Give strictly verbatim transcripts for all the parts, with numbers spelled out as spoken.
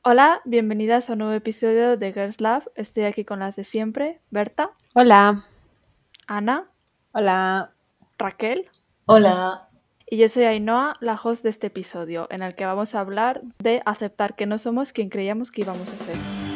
Hola, bienvenidas a un nuevo episodio de Girls Love. Estoy aquí con las de siempre, Berta, Hola. Ana, Hola. Raquel Hola. y yo soy Ainhoa, la host de este episodio, en el que vamos a hablar de aceptar que no somos quien creíamos que íbamos a ser.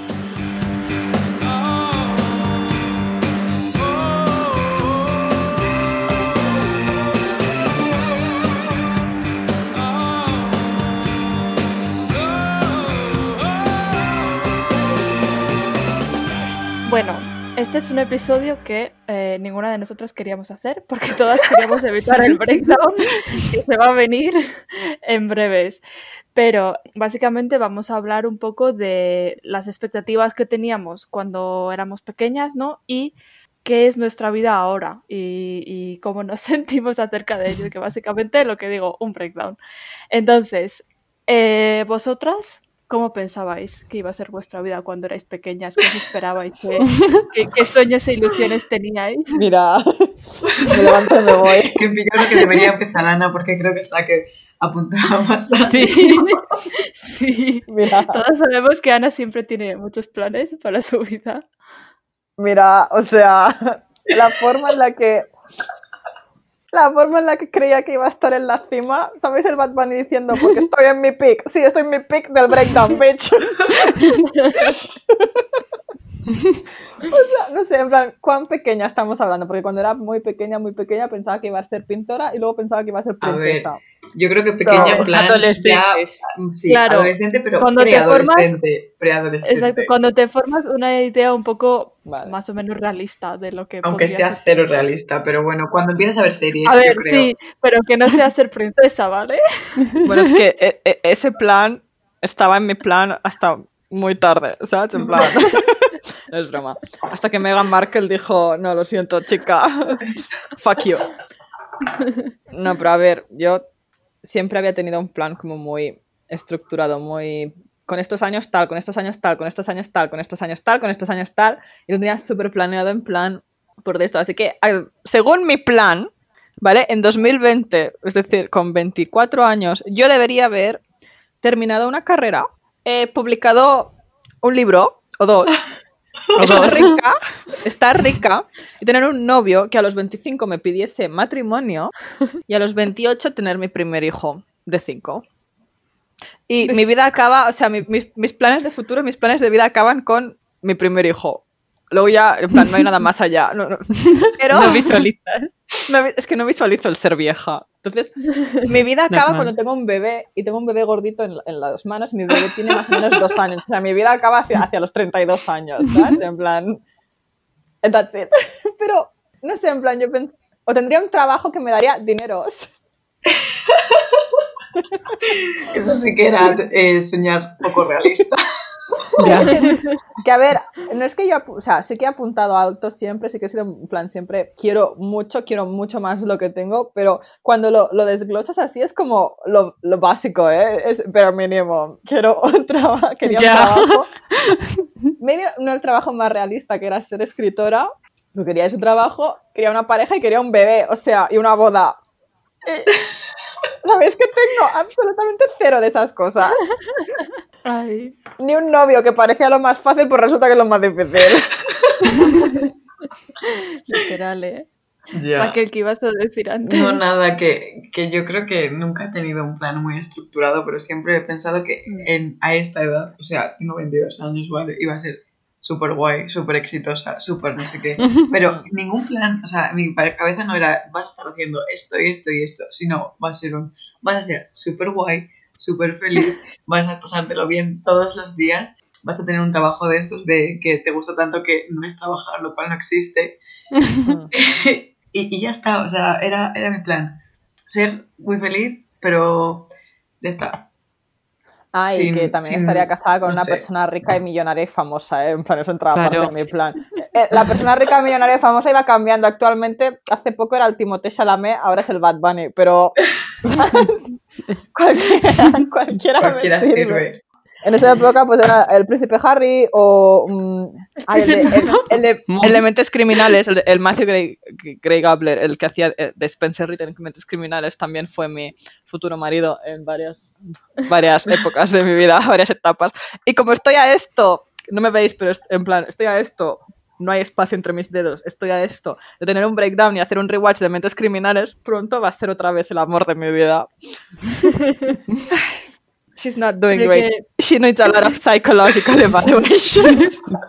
Bueno, este es un episodio que eh, ninguna de nosotras queríamos hacer porque todas queríamos evitar el breakdown que se va a venir en breves. Pero básicamente vamos a hablar un poco de las expectativas que teníamos cuando éramos pequeñas, ¿no? Y qué es nuestra vida ahora y, y cómo nos sentimos acerca de ello, que básicamente lo que digo, un breakdown. Entonces, eh, vosotras... ¿Cómo pensabais que iba a ser vuestra vida cuando erais pequeñas? ¿Qué os esperabais? ¿Qué, qué, qué sueños e ilusiones teníais? Mira, me levanto y me voy. Que creo que debería empezar Ana porque creo que es la que apuntaba más tarde. Sí, sí. Mira, Todos sabemos que Ana siempre tiene muchos planes para su vida. mira, o sea, la forma en la que la forma en la que creía que iba a estar en la cima, ¿sabéis el Bad Bunny diciendo porque estoy en mi peak? Sí, estoy en mi peak del breakdown, bitch. O sea, no sé, en plan, ¿cuán pequeña estamos hablando? Porque cuando era muy pequeña, muy pequeña, pensaba que iba a ser pintora y luego pensaba que iba a ser A ver, princesa. yo creo que pequeña So, en plan adolescentes. ya, sí, Claro, adolescente, pero cuando te preadolescente, preadolescente. Exacto, cuando te formas una idea un poco Vale. más o menos realista de lo que Aunque podría sea ser. cero realista, pero bueno, cuando empiezas a ver series, A ver, yo creo. sí, pero que no sea ser princesa, ¿vale? Bueno, es que e- e- ese plan estaba en mi plan hasta muy tarde, ¿sabes? En plan... Es broma. Hasta que Meghan Markle dijo, no, lo siento, chica. Fuck you. No, pero a ver, yo siempre había tenido un plan como muy estructurado, muy... Con estos años tal, con estos años tal, con estos años tal, con estos años tal, con estos años tal. Y lo tenía súper planeado en plan por de esto. Así que, según mi plan, ¿vale? En dos mil veinte, es decir, con veinticuatro años, yo debería haber terminado una carrera, eh, publicado un libro o dos, O estar dos. rica, estar rica y tener un novio que a los veinticinco me pidiese matrimonio y a los veintiocho tener mi primer hijo de cinco. Y De mi vida acaba, o sea, mi- mis, mis planes de futuro, mis planes de vida acaban con mi primer hijo. Luego ya, en plan, no hay nada más allá. No, no. Pero No visualizas. no vi- es que no visualizo el ser vieja. Entonces, mi vida acaba Normal. cuando tengo un bebé y tengo un bebé gordito en, en las manos y mi bebé tiene más o menos dos años. O sea, mi vida acaba hacia, hacia los treinta y dos años, ¿sabes? En plan, that's it. Pero, no sé, en plan, yo pensé, o tendría un trabajo que me daría dineros. Eso sí que era eh, soñar poco realista. Ya. Que a ver, no es que yo, apu- o sea, sí que he apuntado alto siempre, sí que he sido en plan siempre, quiero mucho, quiero mucho más de lo que tengo, pero cuando lo, lo desglosas así es como lo, lo básico, ¿eh? Es pero mínimo. Quiero un trabajo, quería un Ya. trabajo. Maybe no el trabajo más realista, que era ser escritora, pero quería ese trabajo, quería una pareja y quería un bebé, o sea, y una boda. Y, ¿sabéis que tengo absolutamente cero de esas cosas? Ay. Ni un novio que parecía lo más fácil, pues resulta que es lo más difícil. Literal, ¿eh? Ya. Raquel, ¿qué ibas a decir antes? No, nada, que, que yo creo que nunca he tenido un plan muy estructurado, pero siempre he pensado que en, a esta edad, o sea, tengo veintidós años, ¿vale? Iba a ser súper guay, súper exitosa, súper no sé qué, pero ningún plan, o sea, mi cabeza no era vas a estar haciendo esto y esto y esto, sino va a ser un, vas a ser súper guay, súper feliz, vas a pasártelo bien todos los días, vas a tener un trabajo de estos de que te gusta tanto que no es trabajar, lo cual no existe. Y, y ya está, o sea, era, era mi plan. Ser muy feliz, pero ya está. Ah, y Sin- que también sin- estaría casada con no una sé. persona rica y millonaria y famosa, ¿eh? En plan, eso entraba Claro. parte de mi plan. Eh, la persona rica, millonaria y famosa iba cambiando. Actualmente, hace poco era el Timothée Chalamet, ahora es el Bad Bunny, pero... cualquiera, cualquiera, Cualquiera me sirve. sirve. En esa época pues era el príncipe Harry o mm, ay, el, de, el, el, de, el de Mentes Criminales, el, de, el Matthew Gray, Gray Gabler, el que hacía de Spencer Ritter en Mentes Criminales, también fue mi futuro marido en varias, varias épocas de mi vida, varias etapas. Y como estoy a esto, no me veis, pero en plan, estoy a esto, no hay espacio entre mis dedos, estoy a esto de tener un breakdown y hacer un rewatch de Mentes Criminales, pronto va a ser otra vez el amor de mi vida. She's not doing Pero great. que- She needs a lot of psychological evaluation.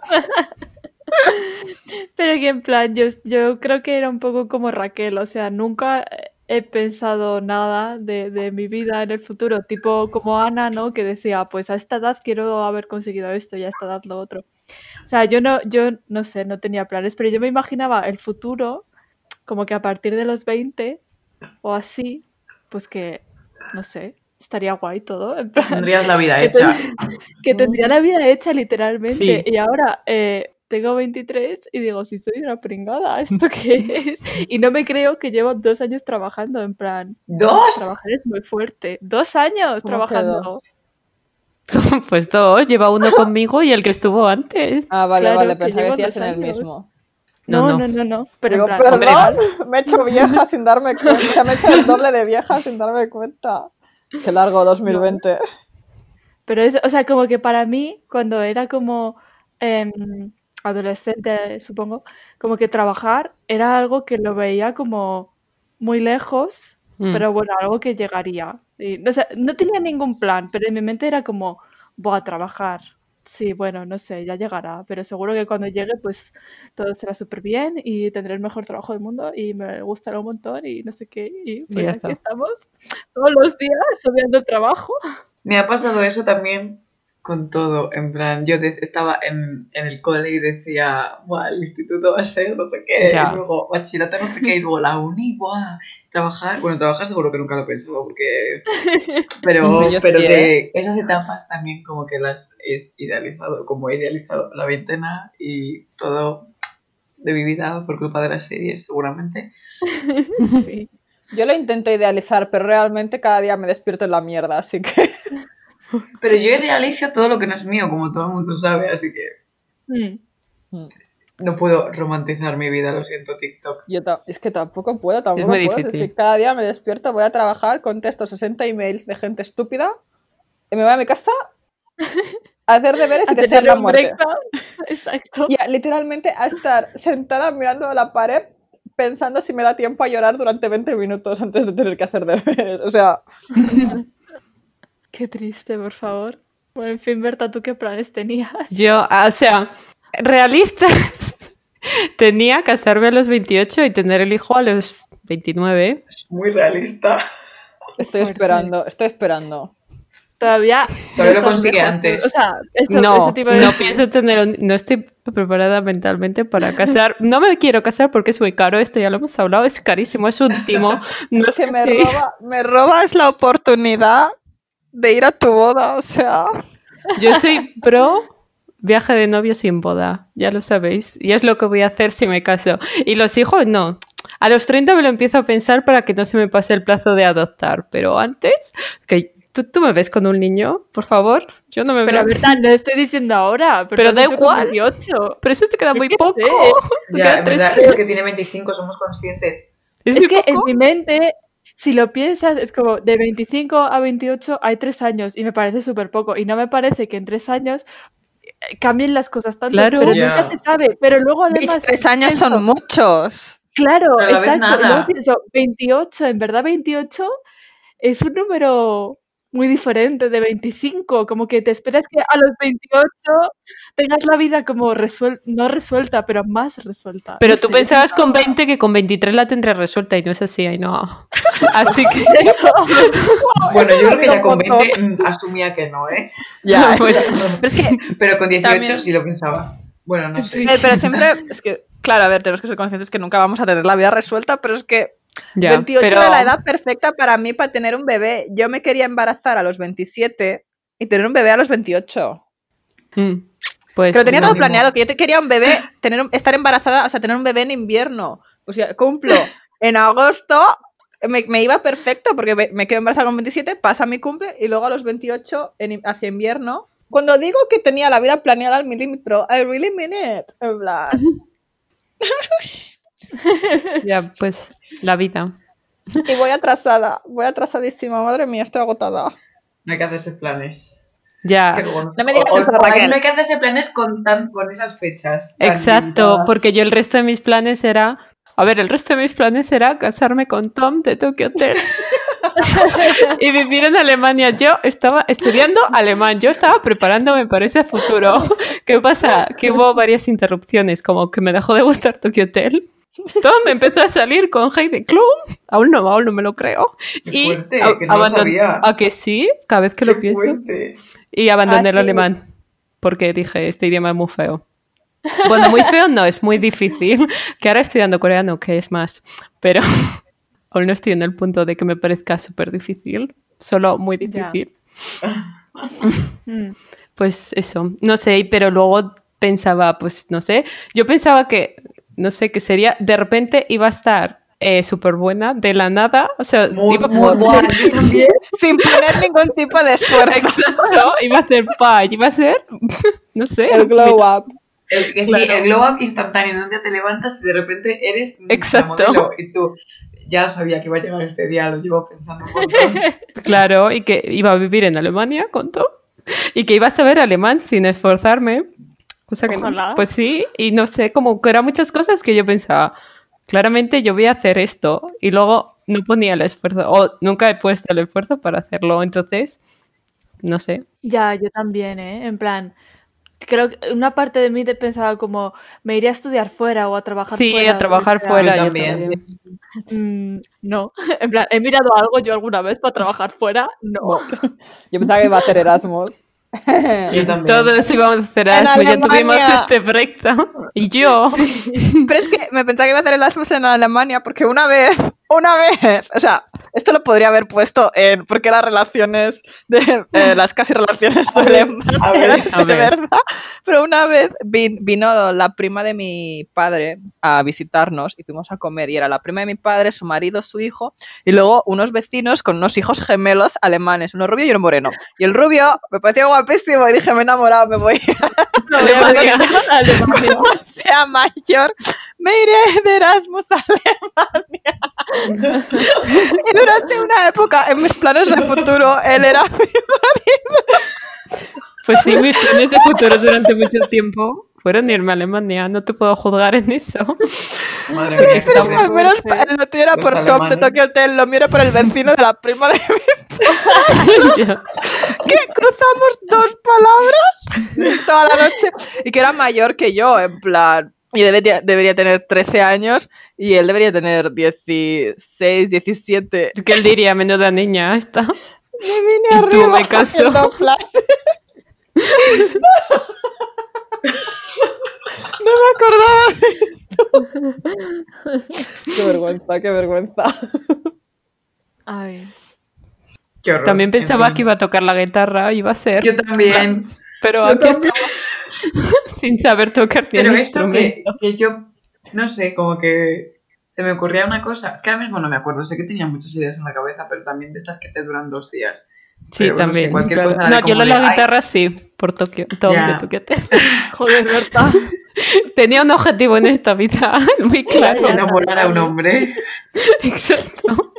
Pero que en plan, yo, yo creo que era un poco como Raquel, o sea, nunca he pensado nada de, de mi vida en el futuro, tipo como Ana, ¿no? Que decía, pues a esta edad quiero haber conseguido esto y a esta edad lo otro. O sea, yo no, yo no sé, no tenía planes, pero yo me imaginaba el futuro como que a partir de los veinte o así, pues que, no sé, estaría guay todo, en plan, Tendrías la vida que, hecha. ten- que tendría la vida hecha literalmente. Sí. Y ahora eh, tengo veintitrés y digo, si soy una pringada, ¿esto qué es? Y no me creo que llevo dos años trabajando, en plan, ¿Dos? trabajar es muy fuerte. Dos años ¿Cómo que trabajando. dos? Pues dos, lleva uno conmigo y el que estuvo antes. Ah, vale, Claro, vale, que pensaba que llevo decías dos en el años. mismo. No, No, no, no. no, no. Pero Digo, en plan, perdón, me he hecho vieja sin darme cuenta. O sea, me he hecho el doble de vieja sin darme cuenta. Qué largo dos mil veinte. Pero es, o sea, como que para mí, cuando era como em, adolescente, supongo, como que trabajar era algo que lo veía como muy lejos, Mm. pero bueno, algo que llegaría. Y, no sé, no tenía ningún plan, pero en mi mente era como, voy a trabajar. Sí, bueno, no sé, ya llegará, pero seguro que cuando llegue, pues todo será súper bien y tendré el mejor trabajo del mundo y me gustará un montón y no sé qué. Y pues ya aquí está. estamos todos los días subiendo el trabajo. Me ha pasado eso también con todo. En plan, yo de- estaba en, en el cole y decía, buah, el instituto va a ser no sé qué, Ya. y luego bachillerato no sé qué, y luego la uni, buah, trabajar. Bueno, trabajar seguro que nunca lo pensaba, porque. Pero, Yo pero sí, de esas etapas también, como que las he idealizado, como he idealizado la veintena y todo de mi vida por culpa de las series, seguramente. Sí. Yo lo intento idealizar, pero realmente cada día me despierto en la mierda, así que... Pero yo idealizo todo lo que no es mío, como todo el mundo sabe, así que Mm. no puedo romantizar mi vida, lo siento, TikTok. Yo ta- es que tampoco puedo, tampoco muy puedo. Es difícil. decir, cada día me despierto, voy a trabajar, contesto sesenta emails de gente estúpida y me voy a mi casa a hacer deberes y A desear tener la un muerte. breakdown. Exacto. Y a, literalmente a estar sentada mirando a la pared pensando si me da tiempo a llorar durante veinte minutos antes de tener que hacer deberes. O sea, Qué triste, por favor. Bueno, en fin, Berta, ¿tú qué planes tenías? Yo, ah, o sea, realistas. Tenía casarme a los veintiocho y tener el hijo a los veintinueve. Es muy realista. estoy Fuerte. esperando, estoy esperando. Todavía. Todavía lo estás consigue lejos, antes. O sea, esto, No, eso te iba a no decir. pienso tener un- no estoy preparada mentalmente para casar. No me quiero casar porque es muy caro, esto ya lo hemos hablado, es carísimo, es un timo. No Es que sé me, si- roba, me robas la oportunidad de ir a tu boda, o sea... Yo soy pro viaje de novio sin boda, ya lo sabéis. Y es lo que voy a hacer si me caso. Y los hijos, no. A los treinta me lo empiezo a pensar para que no se me pase el plazo de adoptar. Pero antes, que ¿tú, tú me ves con un niño, por favor. Yo no me Pero, veo. Berta, no estoy diciendo ahora. Pero, Pero te da has dicho con igual. dieciocho. Pero eso te queda Yo muy qué poco. sé. Ya, Queda en tres verdad, años. es que tiene veinticinco, somos conscientes. Es, Es muy que en poco. mi mente, si lo piensas, es como de veinticinco a veintiocho hay tres años y me parece súper poco. Y no me parece que en tres años eh, cambien las cosas tanto. Claro. Pero Ya. nunca se sabe. Pero luego además. Bitch, tres años pienso, son muchos. Claro, Pero a la vez exacto. Y nada. luego pienso, veintiocho, en verdad veintiocho es un número muy diferente de veinticinco. Como que te esperas que a los veintiocho tengas la vida como resuelta, no resuelta, pero más resuelta. Pero No tú sé, pensabas con veinte que con veintitrés la tendré resuelta y no es así, ay no. Así que eso. Bueno, yo creo que ya con montón. veinte mm, asumía que no, ¿eh? Ya, Bueno, pero es que Pero con dieciocho También- sí lo pensaba. Bueno, no sé. Sí. Eh, pero siempre, es que, claro, a ver, tenemos que ser conscientes que nunca vamos a tener la vida resuelta, pero es que ya, veintiocho pero era la edad perfecta para mí para tener un bebé. Yo me quería embarazar a los veintisiete y tener un bebé a los veintiocho. Mm, pues Pero tenía no, todo ni planeado, modo. que yo te quería un bebé, tener un- estar embarazada, o sea, tener un bebé en invierno. O sea, cumplo en agosto, me, me iba perfecto porque me, me quedo embarazada con veintisiete, pasa mi cumple y luego a los veintiocho en, hacia invierno cuando digo que tenía la vida planeada al milímetro, I really mean it. En plan. Ya, pues, la vida. Y voy atrasada, voy atrasadísima, madre mía, estoy agotada. No hay que hacerse planes. Ya. Qué bueno. No me digas O- eso, o- Raquel. No hay que hacerse planes con, tan, con esas fechas. tan Exacto, limitadas. porque yo el resto de mis planes era... A ver, el resto de mis planes era casarme con Tom de Tokyo Hotel y vivir en Alemania. Yo estaba estudiando alemán, yo estaba preparándome para ese futuro. ¿Qué pasa? Que hubo varias interrupciones, como que me dejó de gustar Tokyo Hotel. Tom empezó a salir con Heidi Klum, aún no, aún no me lo creo. Qué Y fuerte, a- que no lo abandon- sabía. ¿A que sí? Cada vez que lo Qué pienso. fuerte. Y abandoné Ah, el sí. alemán, porque dije, este idioma es muy feo. Bueno, muy feo no, es muy difícil. Que ahora estudiando coreano, que es más. Pero aún no estoy en el punto de que me parezca súper difícil. Solo muy difícil. Mm. Pues eso, no sé, pero luego pensaba, pues no sé. Yo pensaba que, no sé, que sería, de repente iba a estar eh, súper buena, de la nada. O sea, Muy, iba, muy buena. Yo también. Sin poner ningún tipo de esfuerzo. Exacto, iba a ser pa, iba a ser, no sé. El glow up. El, que sí, Claro. el glow up instantáneo, de un día te levantas y de repente eres la Exacto. modelo y tú ya sabía que iba a llegar este día, lo llevo pensando un montón. Claro, y que iba a vivir en Alemania con Tom. Y que iba a saber alemán sin esforzarme. Cosa que no. Ojalá. Pues sí, y no sé, como que eran muchas cosas que yo pensaba, claramente yo voy a hacer esto. Y luego no ponía el esfuerzo, o nunca he puesto el esfuerzo para hacerlo. Entonces, no sé. Ya, yo también, ¿eh? En plan, creo que una parte de mí te pensaba como, me iría a estudiar fuera o a trabajar Sí, fuera. a trabajar o sea, fuera. Yo yo también. también. mm, no, en plan, he mirado algo yo alguna vez para trabajar fuera, no. Yo pensaba que iba a hacer Erasmus. Yo también. Todos íbamos a hacer En Erasmus, ya tuvimos Alemania. este breakdown. Y yo, Pero es que me pensaba que iba a hacer Erasmus en Alemania porque una vez, una vez, o sea, esto lo podría haber puesto en porque las relaciones de eh, las casi relaciones duelen más, a ver, eran a de ver. verdad. Pero una vez vin- vino la prima de mi padre a visitarnos y fuimos a comer y era la prima de mi padre, su marido, su hijo y luego unos vecinos con unos hijos gemelos alemanes, uno rubio y uno moreno. Y el rubio me pareció guapísimo y dije, me he enamorado, me voy No voy a Alemania. venir a Alemania. cuando sea mayor, me iré de Erasmus a Alemania. Y durante una época, en mis planes de futuro, él era mi... pues sí, mis planes de futuro durante mucho tiempo fueron irme a Alemania. No te puedo juzgar en eso. Madre mía, Pero es qué que al menos fuerte. lo tuyo era Los por Tom de alemanes. Tokyo Hotel, lo mío era por el vecino de la prima de mi... Yo- que cruzamos dos palabras toda la noche y que era mayor que yo, en plan... Y debería, debería tener trece años y él debería tener dieciséis, diecisiete. que él diría, menuda niña esta. Me vine Y tú, arriba me caso. haciendo planes. No me acordaba de esto. Qué vergüenza, qué vergüenza. Ay. Qué horror. También pensaba En que fin. iba a tocar la guitarra, iba a ser. Yo también. Pero Yo aquí también. estamos sin saber tocar ni Pero un esto que, instrumento. que yo, no sé, como que se me ocurría una cosa. Es que ahora mismo no me acuerdo. Sé que tenía muchas ideas en la cabeza, pero también de estas que te duran dos días. Sí, Pero, no sé, también. cualquier claro. cosa de No, yo como lo de la de, ay, guitarra sí, por Tokio. Tom Ya. de Tokio Hotel. Joder, Berta. Tenía un objetivo en esta vida muy claro. enamorar a un hombre. Exacto.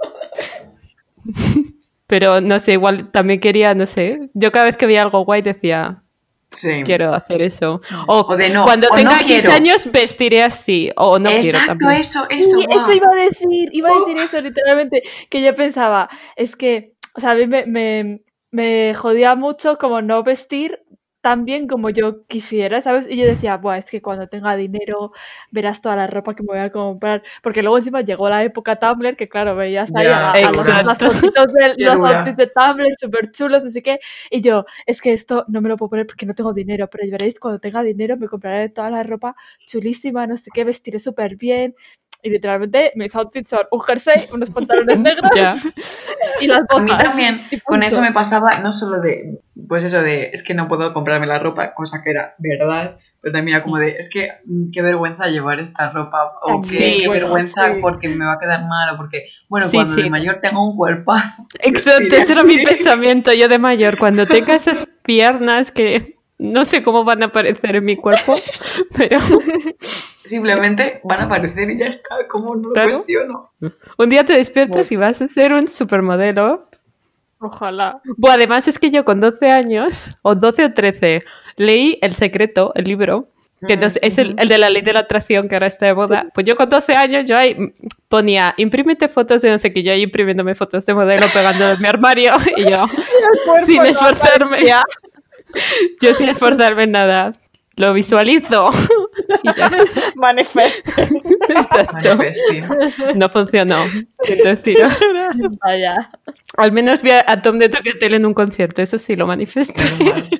Pero no sé, igual también quería, no sé. Yo cada vez que veía algo guay decía, Sí. quiero hacer eso. O, O de no, cuando o tenga no X quiero. años vestiré así. O no quiero Exacto, también. eso, eso. Sí, guau. eso iba a decir, iba a decir eso literalmente, que yo pensaba, es que, o sea, a mí me, me, me jodía mucho como no vestir tan bien como yo quisiera, ¿sabes? Y yo decía, buah, es que cuando tenga dinero verás toda la ropa que me voy a comprar, porque luego encima llegó la época Tumblr, que claro, veías ahí Ya, a, a los, exacto. las fotitos de Qué los dura. outfits de Tumblr súper chulos, no sé qué, y yo, es que esto no me lo puedo poner porque no tengo dinero, pero ya veréis, cuando tenga dinero me compraré toda la ropa chulísima, no sé qué, vestiré súper bien. Y literalmente mis outfits son un jersey, unos pantalones negros Ya. y las A mí botas. también, Y con punto. eso me pasaba no solo de, pues eso de, es que no puedo comprarme la ropa, cosa que era verdad, pero también era como de, es que mm, qué vergüenza llevar esta ropa, o Sí, qué, qué bueno, vergüenza sí. porque me va a quedar mal, o porque, bueno, Sí, cuando sí. de mayor tengo un cuerpazo. Exacto, Diré ese era así. mi pensamiento yo de mayor. Cuando tenga esas piernas que no sé cómo van a aparecer en mi cuerpo, pero Simplemente van a aparecer y ya está, como no lo Claro. cuestiono. un día te despiertas y vas a ser un supermodelo. Ojalá. Bueno, además es que yo con doce años, o doce o trece, leí El Secreto, el libro, que no sé, es el, el de la ley de la atracción que ahora está de moda. Pues yo con doce años yo ahí mm, ponía, imprímete fotos de no sé qué, yo ahí imprimiéndome fotos de modelo pegándolas en mi armario y yo, sin no esforzarme, aparecía. yo sin esforzarme en nada, lo visualizo y ya está. Manifesté. Exacto. Manifesting. No funcionó, siento deciros. Vaya. Al menos vi a Tom de Toquetel en un concierto, eso sí lo manifesté. Normal.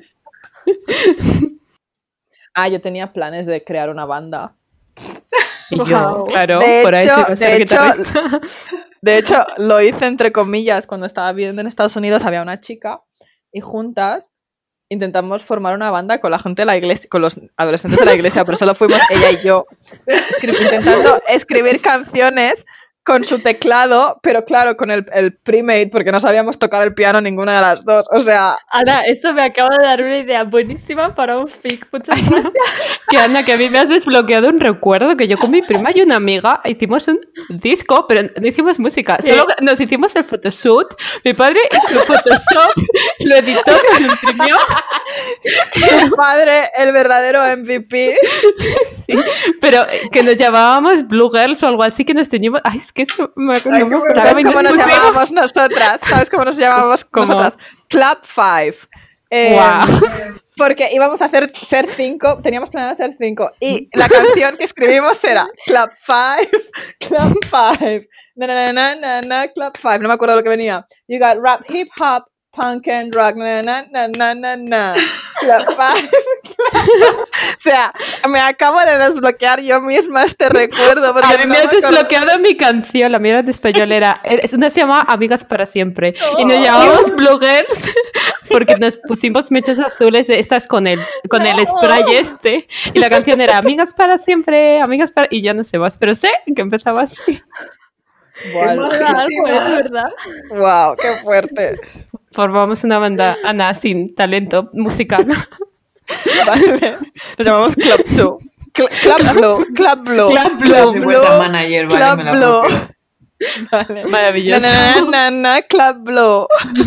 Ah, yo tenía planes de crear una banda. Y yo, Wow. claro, De por ahí hecho- sí iba a ser de hecho, guitarrista. De hecho, lo hice entre comillas cuando estaba viviendo en Estados Unidos, había una chica y juntas intentamos formar una banda con la gente de la iglesia, con los adolescentes de la iglesia, pero solo fuimos ella y yo escri- intentando escribir canciones con su teclado, pero claro, con el, el pre-made, porque no sabíamos tocar el piano ninguna de las dos. O sea, Ana, esto me acaba de dar una idea buenísima para un fic. Muchas gracias. Que Ana, que a mí me has desbloqueado un recuerdo que yo con mi prima y una amiga hicimos un disco, pero no hicimos música, solo nos hicimos el photoshoot. Mi padre hizo Photoshop, lo editó, nos lo imprimió. tu padre, el verdadero M V P. Sí, pero que nos llamábamos Blue Girls o algo así, que nos teníamos. Ay, es que eso me acuerdo. Ay, no me qué acordaba ¿Sabes y cómo nos pusimos- llamábamos nosotras? ¿Sabes cómo nos llamábamos ¿Cómo? nosotras? Club Five. Eh, Guau. Porque íbamos a hacer ser cinco, teníamos planeado ser cinco. Y la canción que escribimos era Club Five, Club Five, na na na na na, na Club Five. No me acuerdo lo que venía. You got rap, hip hop, punk and rock, na na na na na na. Club Five. O sea, me acabo de desbloquear yo misma este recuerdo. Porque A mí no me has acuerdo. desbloqueado mi canción, la mía era de español, era, es una se llama Amigas para siempre. Y nos llamábamos Blue Girls porque nos pusimos mechas azules de estas con el, con el spray este. Y la canción era Amigas para siempre, amigas para... Y ya no sé más, pero sé que empezaba así. Buah, Mola algo, ¿eh? De verdad. wow, qué fuerte. Formamos una banda, Ana, sin talento musical. Vale. Nos llamamos Club Two. Cl- Club Blue. Club Blue. Club Blue. Soy vuestra manager, vale, Club me la Blue. copio. Vale. Maravilloso. Na, na, na, na, Club Blue.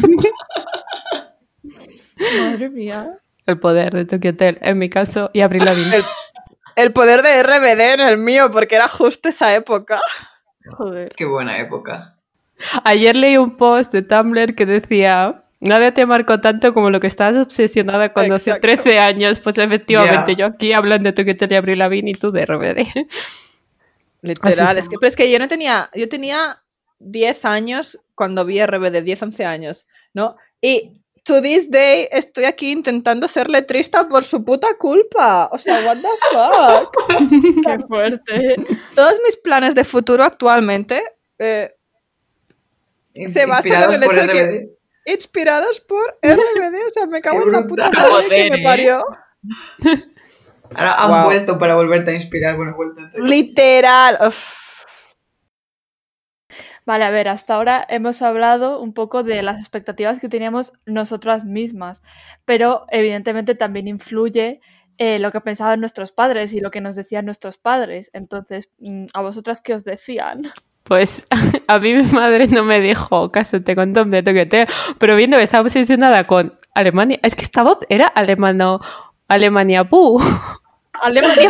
Madre mía. El poder de Tokyo Hotel, en mi caso, y Avril Lavigne. El, el poder de R B D en el mío, porque era justo esa época. Joder. Qué buena época. Ayer leí un post de Tumblr que decía: nada te marcó tanto como lo que estabas obsesionada cuando hace Exacto. trece años. Pues efectivamente, Ya. yo aquí hablando de Tokyo Hotel y Avril Lavigne y tú de R B D. Literal, Así es que, pero es que yo no tenía, yo tenía diez años cuando vi R B D, diez, once años, ¿no? Y to this day estoy aquí intentando ser letrista por su puta culpa. O sea, what the fuck. Qué fuerte. Todos mis planes de futuro actualmente eh, Se basa Inspirados en el por hecho de que- R B D. inspirados por R B D. O sea, me cago Qué en la puta brutal. madre que Joder, me ¿eh? parió. Ahora han Wow. vuelto para volverte a inspirar. Bueno, vuelto entre Literal. Uf. Vale, a ver, hasta ahora hemos hablado un poco de las expectativas que teníamos nosotras mismas, pero evidentemente también influye eh, lo que pensaban nuestros padres y lo que nos decían nuestros padres. Entonces, mm, ¿a vosotras qué os decían? Pues a mí mi madre no me dijo cásate con Tom de Tokyo Hotel, pero viendo que estaba obsesionada con Alemania, es que estaba, era alemano, Alemania Pu, Alemania.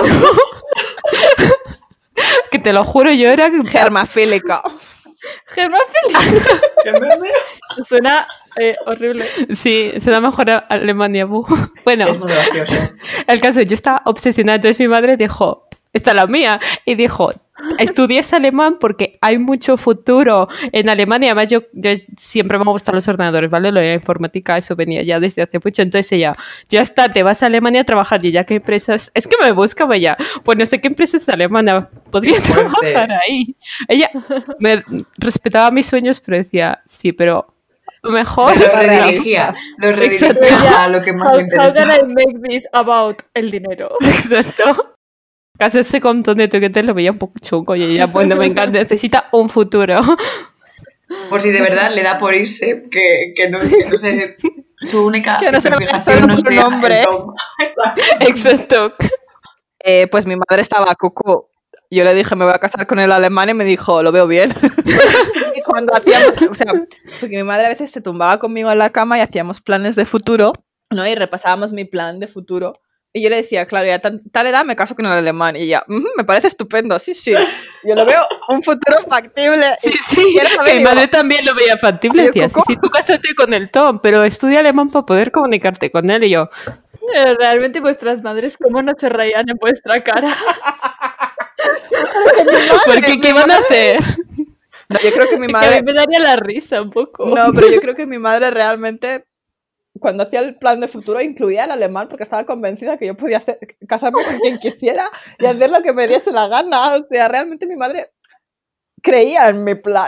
que te lo juro, yo era Germafílica. Germafílica. ¿Qué meme? Suena eh, horrible. Sí, se da mejor a Alemania Bu. Bueno, Es muy gracioso. el caso, yo estaba obsesionada, entonces mi madre dijo, esta es la mía, y dijo, estudies alemán porque hay mucho futuro en Alemania. Además, yo, yo siempre me han gustado los ordenadores, ¿vale? Lo de la informática, eso venía ya desde hace mucho. Entonces ella, ya está, te vas a Alemania a trabajar. Y ya qué empresas, es que me buscaba ya, pues no sé qué empresas alemanas podría Qué fuerte. trabajar ahí. Ella me respetaba mis sueños, pero decía, sí, pero mejor. Lo redirigía, lo redirigía a lo que más How, le how can interesaba. I make this about el dinero? Exacto. Casi ese con de toquetes lo veía un poco chungo y ella, bueno, venga, necesita un futuro. Por si de verdad le da por irse, que, que, no, que no sé, su única Que no se fijación solo no por un sea hombre. el Tom. Exacto. Exacto. Eh, pues mi madre estaba cucú. Yo le dije, me voy a casar con el alemán y me dijo, lo veo bien. Y cuando hacíamos, o sea, porque mi madre a veces se tumbaba conmigo en la cama y hacíamos planes de futuro, ¿no? Y repasábamos mi plan de futuro. Y yo le decía, claro, ya a tan, tal edad me caso con el alemán. Y ella, "Mm, me parece estupendo, sí, sí. Yo lo veo un futuro factible. Sí, Y sí. quiero saber, Mi digo, madre también lo veía factible. Oye, Decía, sí, Coco. sí, tú cásate con el Tom, pero estudia alemán para poder comunicarte con él. Y yo, Eh, Realmente vuestras madres, ¿cómo no se reían en vuestra cara? que mi madre- ¿por qué qué van a hacer? No, yo creo que mi Que a mí madre... me daría la risa un poco. No, pero yo creo que mi madre realmente, cuando hacía el plan de futuro, incluía el alemán porque estaba convencida que yo podía hacer, casarme con quien quisiera y hacer lo que me diese la gana. O sea, realmente mi madre creía en mi plan.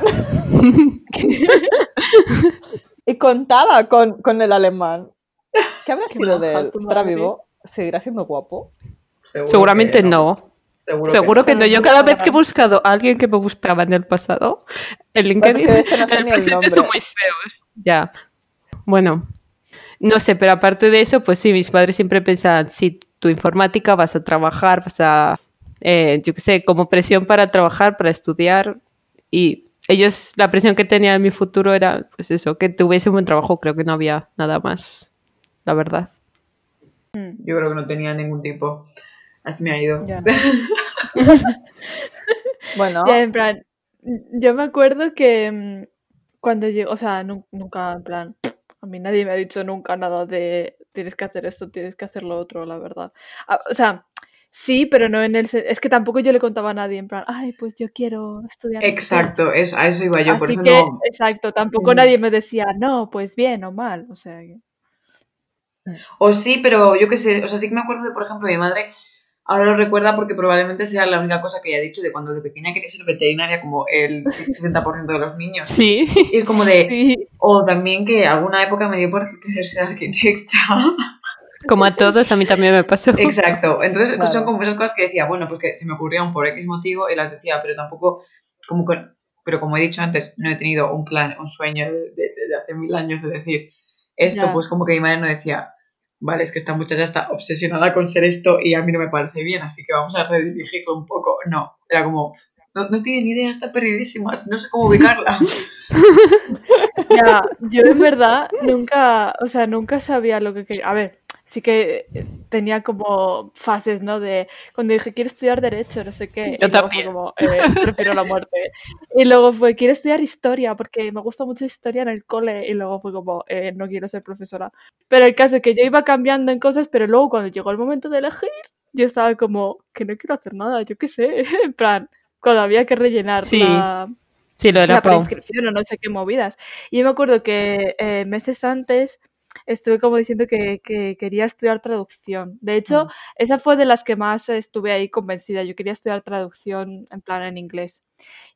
Y contaba con, con el alemán. ¿Qué habrá Qué sido de maja él? tu ¿Estará madre. vivo? ¿Seguirá siendo guapo? Seguro Seguramente que no. Seguro, Seguro que que no. Yo cada vez que he buscado a alguien que me gustaba en el pasado, el Bueno, pues LinkedIn, que de este no sé el ni el presente son nombre. muy feos. Ya. Bueno, no sé, pero aparte de eso, pues sí, mis padres siempre pensaban, si tu informática vas a trabajar, vas a, eh, yo qué sé, como presión para trabajar, para estudiar. Y ellos, la presión que tenían en mi futuro era, pues eso, que tuviese un buen trabajo. Creo que no había nada más, la verdad. Yo creo que no tenía ningún tipo. Así me ha ido. Ya. Bueno, Ya, en plan, yo me acuerdo que mm, cuando yo, o sea, nu- nunca, en plan, a mí nadie me ha dicho nunca nada de tienes que hacer esto, tienes que hacer lo otro, la verdad. Ah, o sea, sí, pero no en el... se- Es que tampoco yo le contaba a nadie, en plan, ay, pues yo quiero estudiar no sé qué". Exacto, es, a eso iba yo, por Así eso que, no. exacto, tampoco Mm. nadie me decía, no, pues bien o mal, o sea que... O sí, pero yo qué sé, o sea, sí que me acuerdo de, por ejemplo, mi madre, ahora lo recuerda porque probablemente sea la única cosa que ella ha dicho de cuando de pequeña quería ser veterinaria, como el sesenta por ciento de los niños. Sí. Y es como de, Sí, o también que alguna época me dio por querer ser arquitecta. Como a todos, a mí también me pasó. Exacto. Entonces Claro. son como esas cosas que decía, bueno, pues que se me ocurrían por X motivo y las decía, pero tampoco, como que, pero como he dicho antes, no he tenido un plan, un sueño de, de- de hace mil años de decir esto, Ya. pues como que mi madre no decía, vale, es que esta muchacha está obsesionada con ser esto y a mí no me parece bien, así que vamos a redirigirlo un poco. No, era como, no, no tiene ni idea, está perdidísima, no sé cómo ubicarla. ya, yo en verdad nunca, o sea, nunca sabía lo que quería. A ver, sí que eh, tenía como fases, ¿no? De cuando dije, quiero estudiar Derecho, no sé qué. Yo y luego fue también. como, eh, prefiero la muerte. Y luego fue, quiero estudiar Historia, porque me gusta mucho Historia en el cole. Y luego fue como, eh, no quiero ser profesora. Pero el caso es que yo iba cambiando en cosas, pero luego cuando llegó el momento de elegir, yo estaba como, que no quiero hacer nada, yo qué sé. En plan, cuando había que rellenar Sí. la Sí, lo de la la Pau. prescripción o no sé qué movidas. Y yo me acuerdo que eh, meses antes estuve como diciendo que, que quería estudiar traducción. De hecho, Mm. esa fue de las que más estuve ahí convencida. Yo quería estudiar traducción en plan en inglés.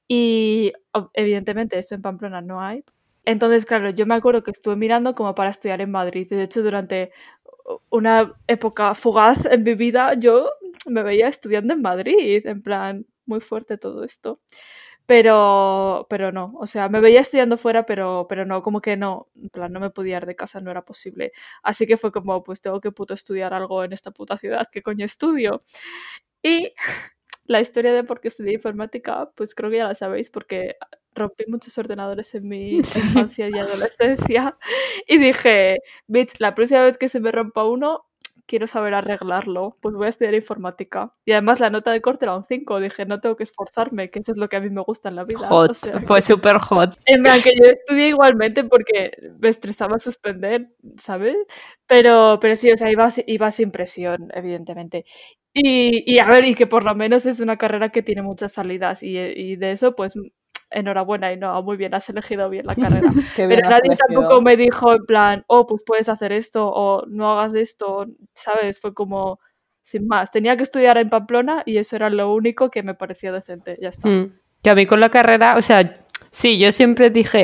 Y ob- evidentemente eso en Pamplona no hay. Entonces, claro, yo me acuerdo que estuve mirando como para estudiar en Madrid. Y de hecho, durante una época fugaz en mi vida, yo me veía estudiando en Madrid. En plan, muy fuerte todo esto. Pero, pero no, o sea, me veía estudiando fuera, pero, pero no, como que no, en plan, no me podía ir de casa, no era posible. Así que fue como, pues tengo que puto estudiar algo en esta puta ciudad, ¿qué coño estudio? Y la historia de por qué estudié informática, pues creo que ya la sabéis, porque rompí muchos ordenadores en mi Sí. infancia y adolescencia y dije, bitch, la próxima vez que se me rompa uno, quiero saber arreglarlo, pues voy a estudiar informática. Y además la nota de corte era un cinco, dije, no tengo que esforzarme, que eso es lo que a mí me gusta en la vida. Hot. O sea, Fue súper hot. en plan, que yo estudié igualmente porque me estresaba suspender, ¿sabes? Pero, pero sí, o sea, iba, si- iba sin presión, evidentemente. Y, y a ver, y que por lo menos es una carrera que tiene muchas salidas y, y de eso, pues enhorabuena y no, muy bien, has elegido bien la carrera. qué bien Pero has nadie elegido. tampoco me dijo en plan, oh, pues puedes hacer esto o no hagas esto, ¿sabes? Fue como, sin más. Tenía que estudiar en Pamplona y eso era lo único que me parecía decente, ya está. Mm. Que a mí con la carrera, o sea, sí, yo siempre dije,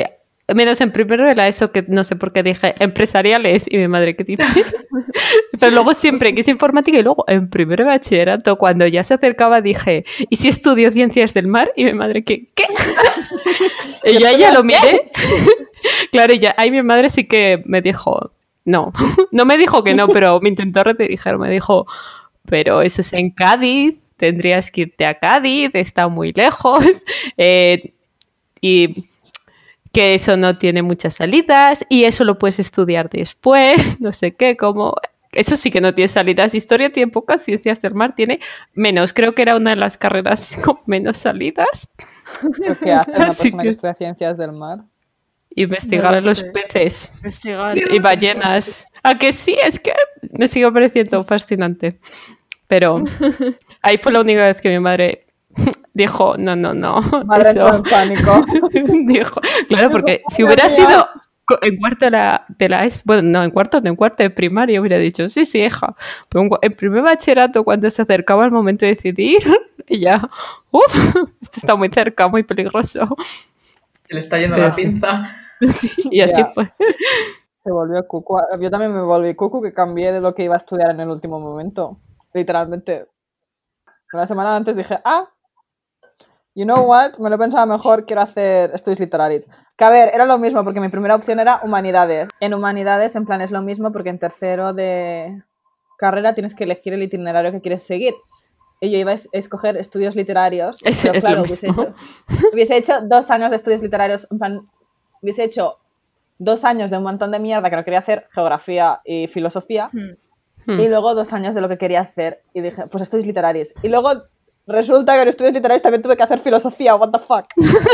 Menos en primero de la ESO, que no sé por qué dije empresariales, y mi madre, ¿qué dice? Pero luego siempre quise informática, y luego en primero de bachillerato, cuando ya se acercaba, dije, ¿y si estudio ciencias del mar? Y mi madre, ¿qué? ¿Qué? Y yo ya lo miré. Claro, y ya, ahí mi madre sí que me dijo, no, no me dijo que no, pero me intentó rediriger, me dijo, pero eso es en Cádiz, tendrías que irte a Cádiz, está muy lejos, eh, y que eso no tiene muchas salidas, y eso lo puedes estudiar después, no sé qué, como... Eso sí que no tiene salidas. Historia tiene pocas, ciencias del mar tiene menos. Creo que era una de las carreras con menos salidas. ¿Qué hace una Así persona que... que- estudia ciencias del mar? Investigar No a lo los sé. peces Investigar. y ballenas. ¿A que sí? Es que me sigue pareciendo fascinante. Pero ahí fue la única vez que mi madre dijo, no, no, no. Madre entró Eso. en pánico. Dijo, claro, porque si Madre hubiera mía. sido co- en cuarto de la, de la ES, bueno, no, en cuarto, no, en cuarto de primaria hubiera dicho, sí, sí, hija. Pero en, cua- en primer bachillerato, cuando se acercaba el momento de decidir, ella, uff, esto está muy cerca, muy peligroso. Se le está yendo Pero la sí. pinza. Y así Ya. fue. Se volvió cucu. Yo también me volví cucu, que cambié de lo que iba a estudiar en el último momento. Literalmente. Una semana antes dije, ah, you know what, me lo pensaba mejor, quiero hacer estudios literarios. Que a ver, era lo mismo, porque mi primera opción era humanidades. En humanidades, en plan, es lo mismo, porque en tercero de carrera tienes que elegir el itinerario que quieres seguir. Y yo iba a es- escoger estudios literarios, Es- pero es lo claro, hubiese mismo. hecho, hubiese hecho dos años de estudios literarios, en plan, hubiese hecho dos años de un montón de mierda que no quería hacer, geografía y filosofía, Hmm. Hmm. y luego dos años de lo que quería hacer. Y dije, pues estudios literarios. Y luego resulta que en estudios literarios también tuve que hacer filosofía, what the fuck.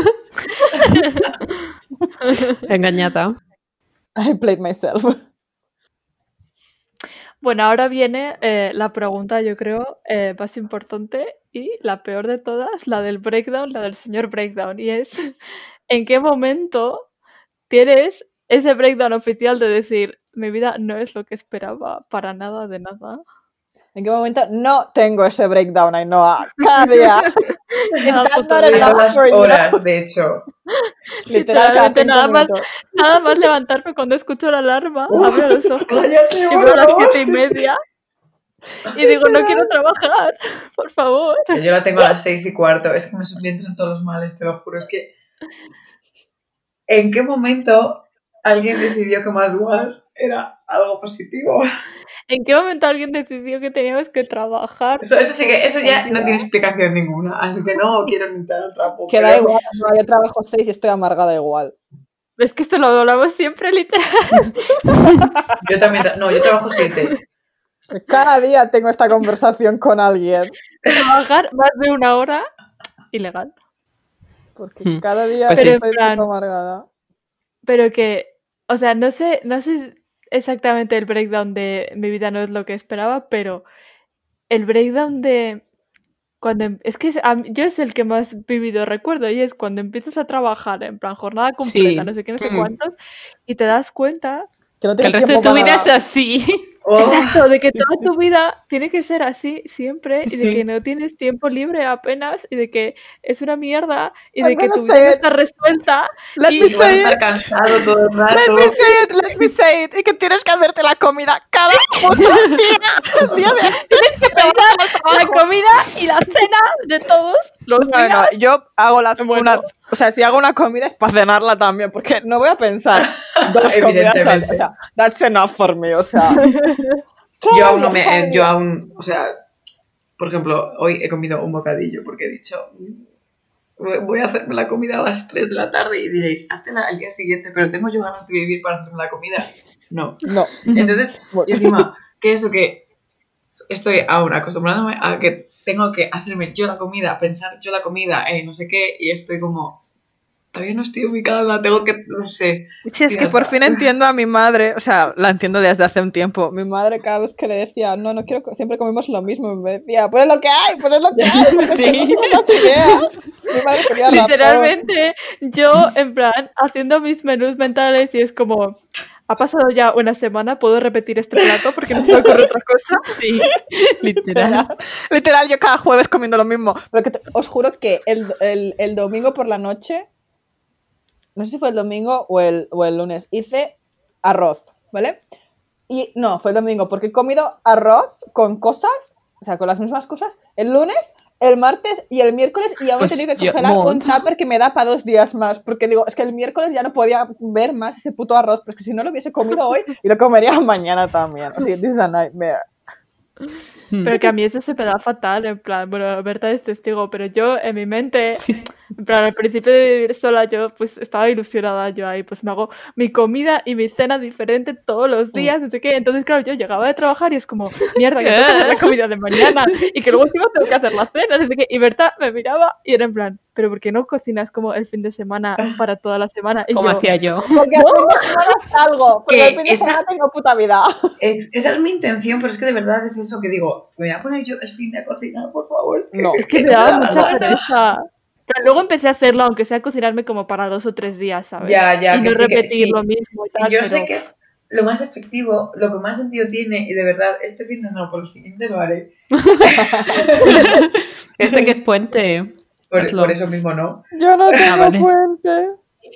Engañada. I played myself. Bueno, ahora viene eh, la pregunta, yo creo, eh, más importante y la peor de todas, la del breakdown, la del señor breakdown. Y es, ¿en qué momento tienes ese breakdown oficial de decir, mi vida no es lo que esperaba para nada de nada? ¿En qué momento no tengo ese breakdown, Ainhoa? Cada día. Is Cada that puto not día. enough Todas for you? horas, de hecho. Literal, cada Literalmente cinco nada más, minutos. nada más levantarme cuando escucho la alarma, Uf, abro los ojos cállate, y por veo las favor. siete y media y digo, no quiero trabajar, por favor. Yo la tengo a las seis y cuarto. Es que me subentran todos los males, te lo juro. Es que. ¿En qué momento alguien decidió que madrugar era algo positivo? ¿En qué momento alguien decidió que teníamos que trabajar? Eso, eso sí que. Eso ya Todo no el tiene día? explicación ninguna. Así que no quiero ni entrar al trapo. Que da pero- igual, no, yo trabajo seis y estoy amargada igual. Es que esto lo hablamos siempre, literal. Yo también. tra- No, yo trabajo siete. Cada día tengo esta conversación con alguien. Trabajar más de una hora, ilegal. Porque Hmm. cada día Pues sí. estoy Pero en plan- puto amargada. Pero que, o sea, no sé, no sé exactamente el breakdown de mi vida no es lo que esperaba, pero el breakdown de cuando em- es que es- a mí- yo es el que más vivido recuerdo y es cuando empiezas a trabajar en plan jornada completa, Sí. no sé qué, no sé Mm. cuántos, y te das cuenta, Que no Que el tienes resto de tiempo tu para vida es nada. así. Oh, exacto, de que toda tu vida tiene que ser así siempre Sí, y de sí. que no tienes tiempo libre apenas y de que es una mierda y I'm de que gonna tu vida say no it. está resuelta Let y me y vas a say estar it. cansado todo el Let rato. me say it, let me say it. Y que tienes que hacerte la comida cada puto día. El día de tienes que pensar la comida y la cena de todos los No, no, días. yo hago la, Bueno. una, o sea, si hago una comida es para cenarla también, porque no voy a pensar dos comidas al Evidentemente. O sea, that's enough for me, o sea. Yo aún no me. Cada eh, día. Yo aún. O sea. Por ejemplo, hoy he comido un bocadillo porque he dicho. "Mm, voy a hacerme la comida a las tres de la tarde y diréis, hazla al día siguiente, pero tengo yo ganas de vivir para hacerme la comida. No. No. Entonces, Bueno. y encima, que eso que estoy aún acostumbrándome a que tengo que hacerme yo la comida, pensar yo la comida, eh, no sé qué, y estoy como, todavía no estoy ubicada, la tengo que, no sé. Sí, es que por fin entiendo a mi madre, o sea, la entiendo desde hace un tiempo. Mi madre cada vez que le decía, no, no quiero, co- siempre comemos lo mismo, me decía, pues es lo que hay, pues es lo que hay, pues es que Sí. no tengo más ideas. Mi madre tenía razón. Literalmente, yo en plan haciendo mis menús mentales y es como, ha pasado ya una semana, puedo repetir este plato porque no me ocurre otra cosa. Sí, literal. Literal, literal, yo cada jueves comiendo lo mismo. Pero que te- os juro que el, el, el domingo por la noche no sé si fue el domingo o el, o el lunes, hice arroz, ¿vale? Y no, fue el domingo, porque he comido arroz con cosas, o sea, con las mismas cosas, el lunes, el martes y el miércoles, y aún Pues he tenido que yo- congelar un montón. tupper que me da para dos días más, porque digo, es que el miércoles ya no podía ver más ese puto arroz, pero es que si no lo hubiese comido hoy, y lo comería mañana también. O sea, this is a nightmare. Hmm. Pero que a mí eso se me da fatal, en plan, bueno, Berta es testigo, pero yo en mi mente, Sí. en plan, al principio de vivir sola, yo pues estaba ilusionada yo ahí, pues me hago mi comida y mi cena diferente todos los días, no sé qué, entonces claro, yo llegaba de trabajar y es como, mierda, que tengo que hacer la comida de mañana, y que luego encima tengo que hacer la cena, no sé qué, y Berta me miraba y era en plan, pero ¿por qué no cocinas como el fin de semana para toda la semana? Y Como yo, hacía yo. Porque al fin de semana salgo, porque Que al fin de esa- semana tengo puta vida. Es- esa es mi intención, pero es que de verdad es eso que digo, me voy a poner yo el fin de cocinar, por favor. No. es que me daba mucha pereza. Pero luego empecé a hacerlo, aunque sea cocinarme como para dos o tres días, ¿sabes? Ya, ya, y que no sí que- repetir sí. lo mismo y Sí, tal, yo pero... sé que es lo más efectivo, lo que más sentido tiene, y de verdad, este fin de no, por lo siguiente lo haré. Este que es puente. Por, Hazlo. por eso mismo no. Yo no tengo vale. puente.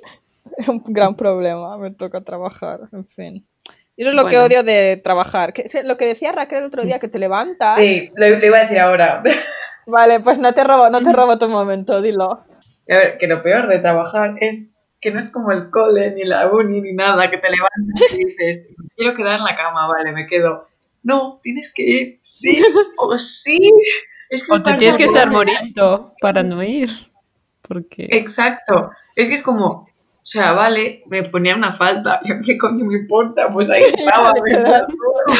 Es un gran problema, me toca trabajar, en fin. Y eso es lo que Bueno. odio de trabajar. Que, es lo que decía Raquel el otro día, que te levantas. Sí, lo, lo iba a decir ahora. Vale, pues no te robo, no te robo tu momento, dilo. A ver, que lo peor de trabajar es que no es como el cole, ni la uni, ni nada, que te levantas y dices, me quiero quedar en la cama, vale, me quedo. No, tienes que ir, sí o sí. Es que O te me tienes que parece estar horrible. muriendo para no ir. Porque... Exacto. Es que es como, o sea, vale, me ponía una falta. ¿Y a qué coño me importa? Pues ahí estaba. me Literal.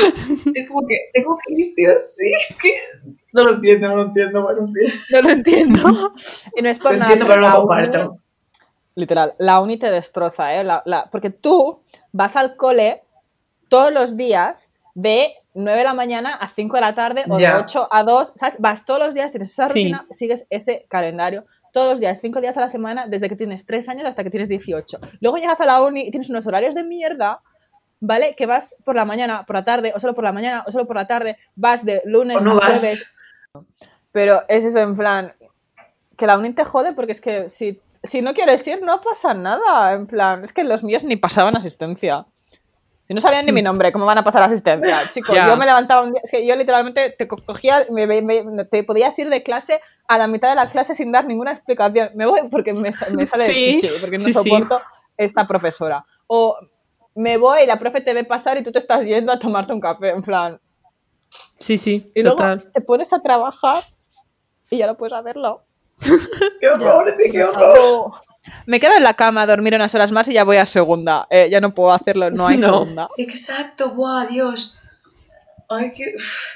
Es como que tengo que ir sí o sí. Es que no lo entiendo, no lo entiendo. Bueno, en fin. No lo entiendo. Y no es Lo por nada. entiendo, pero no la lo uni- comparto. Literal, la uni te destroza, ¿eh? La- la- porque tú vas al cole todos los días de nueve de la mañana a cinco de la tarde o Ya. de ocho a dos, ¿sabes? Vas todos los días, tienes esa Sí. rutina, sigues ese calendario todos los días, cinco días a la semana, desde que tienes tres años hasta que tienes dieciocho. Luego llegas a la uni y tienes unos horarios de mierda, ¿vale? Que vas por la mañana, por la tarde, o solo por la mañana, o solo por la tarde, vas de lunes O no a vas. jueves. Pero es eso, en plan, que la uni te jode porque es que si, si no quieres ir no pasa nada, en plan, es que los míos ni pasaban asistencia. Si no sabían ni mi nombre, ¿cómo van a pasar asistencia? Chicos, Ya. yo me levantaba un día, es que yo literalmente te co- cogía, me, me- me- te podías ir de clase a la mitad de la clase sin dar ninguna explicación. Me voy porque me, sa- me sale Sí, de chichi, porque no sí, sí. soporto esta profesora. O me voy y la profe te ve pasar y tú te estás yendo a tomarte un café, en plan. Sí, sí, Y total. luego te pones a trabajar y ya no puedes hacerlo. ¡Qué horror! Sí, qué horror! Oh. Me quedo en la cama a dormir unas horas más y ya voy a segunda. Eh, ya no puedo hacerlo, no hay No. segunda. Exacto, ¡buah, Dios! Ay, qué...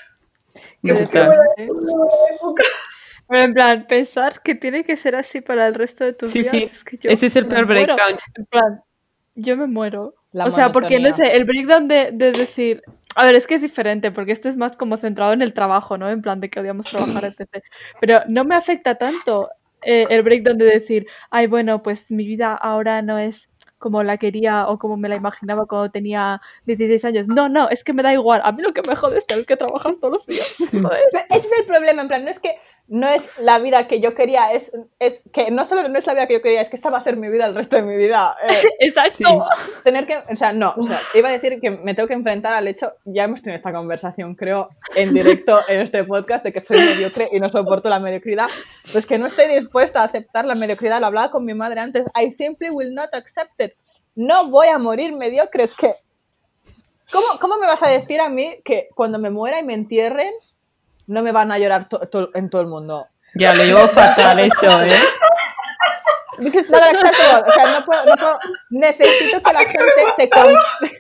Qué, Brutal. qué buena, qué buena época. Pero en plan, pensar que tiene que ser así para el resto de tus Sí, días, sí. es que yo Ese es el me peor muero. breakdown. En plan, yo me muero. La o sea, porque no monotonía. sé, el breakdown de, de decir... A ver, es que es diferente, porque esto es más como centrado en el trabajo, ¿no? En plan de que odiamos trabajar, etcétera. Pero no me afecta tanto eh, el breakdown de decir, ay, bueno, pues mi vida ahora no es como la quería o como me la imaginaba cuando tenía dieciséis años. No, no, es que me da igual. A mí lo que me jode es tener que trabajar todos los días. Joder. Pero ese es el problema, en plan, no es que no es la vida que yo quería, es, es que no solo no es la vida que yo quería, es que esta va a ser mi vida el resto de mi vida. Eh, Exacto. tener que, o sea, no, o sea, iba a decir que me tengo que enfrentar al hecho, ya hemos tenido esta conversación, creo, en directo en este podcast, de que soy mediocre y no soporto la mediocridad, pues que no estoy dispuesta a aceptar la mediocridad, lo hablaba con mi madre antes, I simply will not accept it. No voy a morir mediocre, es que, ¿cómo, cómo me vas a decir a mí que cuando me muera y me entierren, no me van a llorar to- to- en todo el mundo? Ya, lo llevo fatal eso, ¿eh? This is not acceptable. O sea, no puedo, no puedo. Necesito que la gente se con...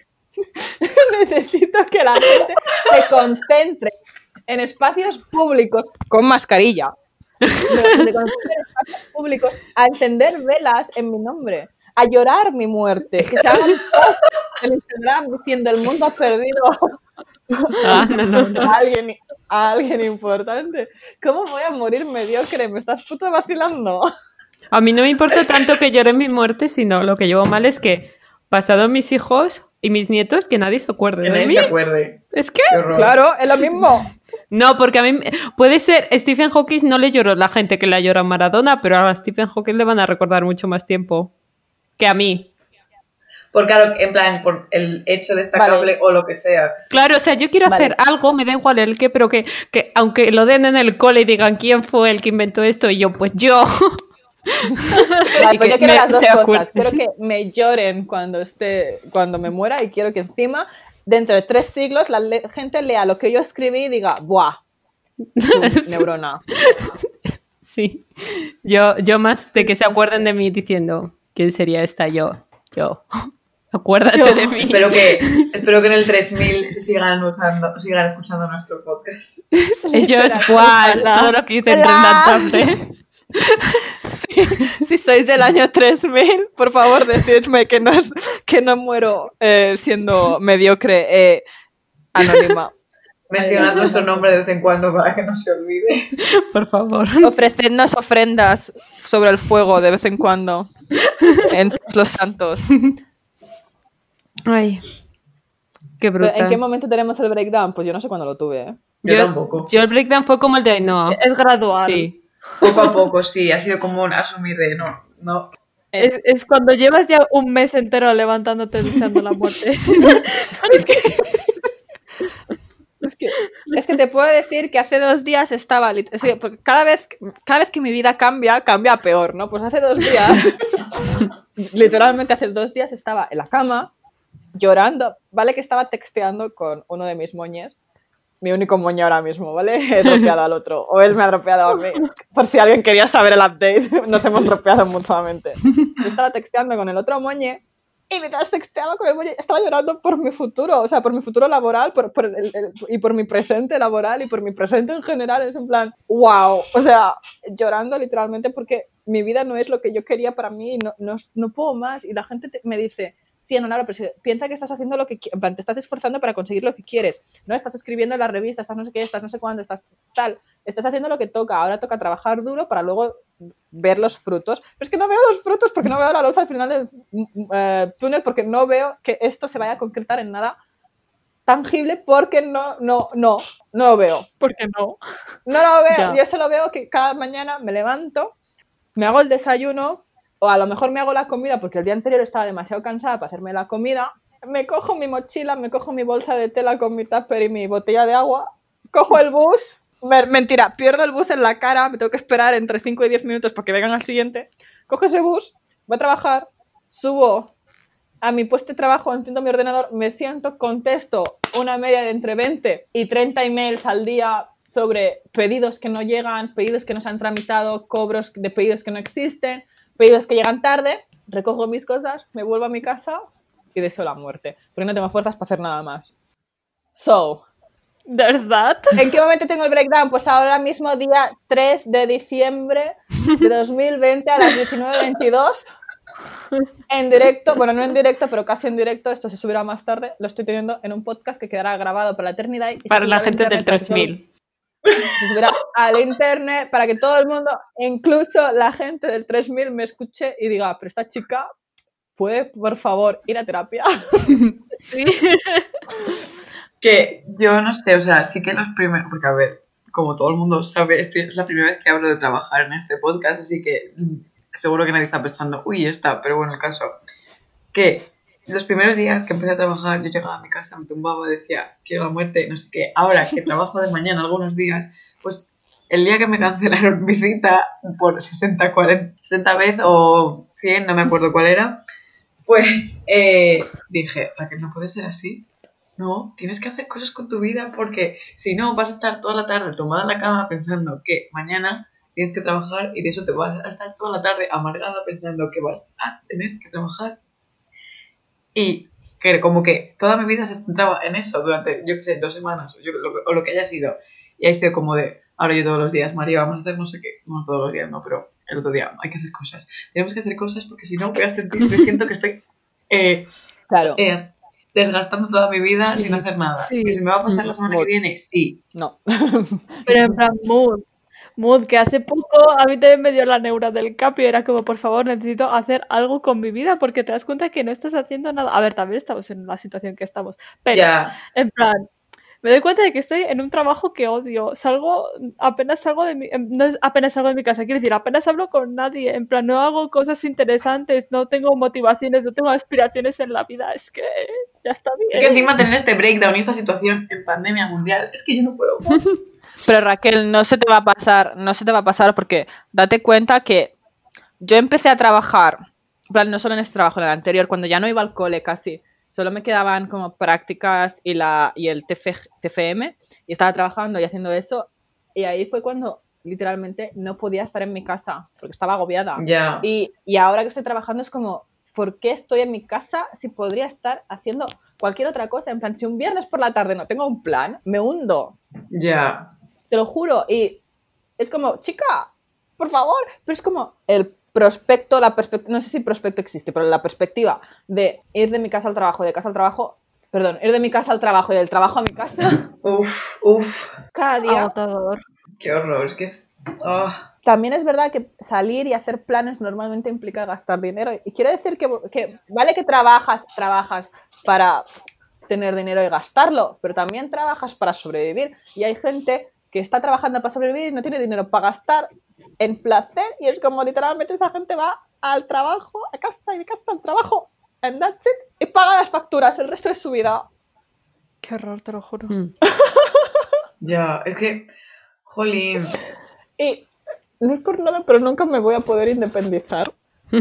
Necesito que la gente se concentre en espacios públicos con mascarilla. Se concentre en espacios públicos a encender velas en mi nombre, a llorar mi muerte, que se hagan posts en Instagram diciendo el mundo ha perdido Ah, no, no, no. a alguien, a alguien importante. ¿Cómo voy a morir mediocre? ¿Me estás puto vacilando? A mí no me importa tanto que llore mi muerte, sino lo que llevo mal es que, pasado mis hijos y mis nietos, que nadie se acuerde Que de nadie mí. se acuerde. Es que... Qué horror. Claro, es lo mismo. No, porque a mí... Puede ser, Stephen Hawking no le lloró la gente que le llora a Maradona, pero a Stephen Hawking le van a recordar mucho más tiempo. que a mí. Por claro, en plan, por el hecho destacable Vale. o lo que sea. Claro, o sea, yo quiero Vale. hacer algo, me da igual el qué, pero que, que aunque lo den en el cole y digan quién fue el que inventó esto, y yo, pues yo. Vale, Y pues que yo quiero me- las dos se cosas. acuerden. Quiero que me lloren cuando esté, cuando me muera, y quiero que encima, dentro de tres siglos, la le- gente lea lo que yo escribí y diga, ¡buah! Su neurona. Sí. Yo, yo más de que se acuerden de mí diciendo, ¿quién sería esta? Yo. Yo. Acuérdate Yo. de mí. Espero que, espero que en el tres mil sigan, usando, sigan escuchando nuestro podcast. Ellos, Literal, ¡guau! ojalá. Todo lo que dicen Hola. redundante. Si sois del año tres mil, por favor, decidme que no, es- que no muero eh, siendo mediocre eh, anónima. Mencionad nuestro nombre de vez en cuando para que no se olvide. Por favor. Ofrecednos ofrendas sobre el fuego de vez en cuando. En todos los santos. Ay. Qué Pero, ¿en qué brutal. momento tenemos el breakdown? Pues yo no sé cuándo lo tuve, ¿eh? Yo tampoco. Yo el breakdown fue como el de Ainhoa. Es gradual. Sí. Poco a poco, sí. Ha sido como un asumir de no, no. Es, es cuando llevas ya un mes entero levantándote deseando la muerte. Es que... Es que, es que te puedo decir que hace dos días estaba... lit- es que, porque cada, vez, cada vez que mi vida cambia, cambia a peor, ¿no? Pues hace dos días, literalmente hace dos días estaba en la cama llorando, ¿vale? Que estaba texteando con uno de mis moñes, mi único moño ahora mismo, ¿vale? He dropeado al otro, o él me ha dropeado a mí, por si alguien quería saber el update, nos hemos dropeado mutuamente. Yo estaba texteando con el otro moñe, y mientras texteaba con el moñe, estaba llorando por mi futuro, o sea, por mi futuro laboral, por, por el- el- y por mi presente laboral, y por mi presente en general, es en plan, wow, o sea, llorando literalmente porque mi vida no es lo que yo quería para mí, y no, no, no puedo más, y la gente te- me dice... Sí, no, pero si piensa que estás haciendo lo que qui- en plan, te estás esforzando para conseguir lo que quieres, ¿no? Estás escribiendo en la revista, estás no sé qué, estás no sé cuándo, estás tal, estás haciendo lo que toca, ahora toca trabajar duro para luego ver los frutos. Pero es que no veo los frutos porque no veo la luz al final del mm, eh, túnel, porque no veo que esto se vaya a concretar en nada tangible, porque no, no, no, no lo veo. ¿Por qué no? No lo veo, Ya. yo solo veo que cada mañana me levanto, me hago el desayuno, o a lo mejor me hago la comida porque el día anterior estaba demasiado cansada para hacerme la comida, me cojo mi mochila, me cojo mi bolsa de tela con mi tupper y mi botella de agua, cojo el bus, me- mentira, pierdo el bus en la cara, me tengo que esperar entre cinco y diez minutos para que vengan al siguiente, cojo ese bus, voy a trabajar, subo a mi puesto de trabajo, enciendo mi ordenador, me siento, contesto una media de entre veinte y treinta emails al día sobre pedidos que no llegan, pedidos que no se han tramitado, cobros de pedidos que no existen, pedidos que llegan tarde, recojo mis cosas, me vuelvo a mi casa y deseo la muerte, porque no tengo fuerzas para hacer nada más. So, There's that. ¿en qué momento tengo el breakdown? Pues ahora mismo, día tres de diciembre de dos mil veinte a las diecinueve veintidós, en directo, bueno, no en directo, pero casi en directo, esto se subirá más tarde, lo estoy teniendo en un podcast que quedará grabado para la eternidad. Y se Para subirá la al gente del internet para que tres todo- mil. Se subirá al internet para que todo el mundo, incluso la gente del tres mil, me escuche y diga, pero esta chica puede, por favor, ir a terapia. Sí. Que yo no sé, o sea, sí que los primeros, porque a ver, como todo el mundo sabe, esto es la primera vez que hablo de trabajar en este podcast, así que mm, seguro que nadie está pensando, uy, está, pero bueno, el caso, que los primeros días que empecé a trabajar, yo llegaba a mi casa, me tumbaba, decía, quiero la muerte, no sé qué, ahora que trabajo de mañana algunos días, pues el día que me cancelaron mi cita por sesenta, cuarenta, sesenta vez o cien, no me acuerdo cuál era, pues eh, dije, Raquel, no puede ser así. No, tienes que hacer cosas con tu vida porque si no vas a estar toda la tarde tomada en la cama pensando que mañana tienes que trabajar y de eso te vas a estar toda la tarde amargada pensando que vas a tener que trabajar. Y que como que toda mi vida se centraba en eso durante, yo qué sé, dos semanas o, yo, lo, o lo que haya sido. Y ha sido como de, ahora yo todos los días, María, vamos a hacer no sé qué. No todos los días, no, pero el otro día hay que hacer cosas. Tenemos que hacer cosas porque si no voy a sentir, me siento que estoy... Eh, Claro. eh, desgastando toda mi vida Sí, sin hacer nada. sí. ¿Que se me va a pasar la semana Mood. que viene? Sí. No. Pero en plan, mood. Mood, que hace poco a mí también me dio la neura del capio. Era como, por favor, necesito hacer algo con mi vida porque te das cuenta que no estás haciendo nada. A ver, también estamos en la situación que estamos. Pero, Ya. en plan, me doy cuenta de que estoy en un trabajo que odio. Salgo, apenas salgo de mi, no es apenas salgo de mi casa, quiero decir, apenas hablo con nadie, en plan, no hago cosas interesantes, no tengo motivaciones, no tengo aspiraciones en la vida, es que ya está bien. Es que encima tener este breakdown y esta situación en pandemia mundial, es que yo no puedo más. Pero Raquel, no se te va a pasar, no se te va a pasar porque date cuenta que yo empecé a trabajar, en plan, no solo en este trabajo, en el anterior, cuando ya no iba al cole casi, solo me quedaban como prácticas y, la, y el T F, T F M y estaba trabajando y haciendo eso y ahí fue cuando literalmente no podía estar en mi casa porque estaba agobiada. Ya. Y, y ahora que estoy trabajando es como, ¿por qué estoy en mi casa si podría estar haciendo cualquier otra cosa? En plan, si un viernes por la tarde no tengo un plan, me hundo. Ya. Te lo juro. Y es como, chica, por favor. Pero es como el prospecto, la perspectiva, no sé si prospecto existe, pero la perspectiva de ir de mi casa al trabajo, de casa al trabajo, perdón, ir de mi casa al trabajo y del trabajo a mi casa. Uf, uf. Cada día. Agotador. Qué horror, es que es... Oh. También es verdad que salir y hacer planes normalmente implica gastar dinero. Y quiero decir que, que vale que trabajas, trabajas para tener dinero y gastarlo, pero también trabajas para sobrevivir. Y hay gente que está trabajando para sobrevivir y no tiene dinero para gastar en placer. Y es como literalmente esa gente va al trabajo, a casa y de casa al trabajo. And that's it. Y paga las facturas el resto de su vida. Qué horror, te lo juro. Mm. Ya, es que... Jolín. Y no es por nada, pero nunca me voy a poder independizar.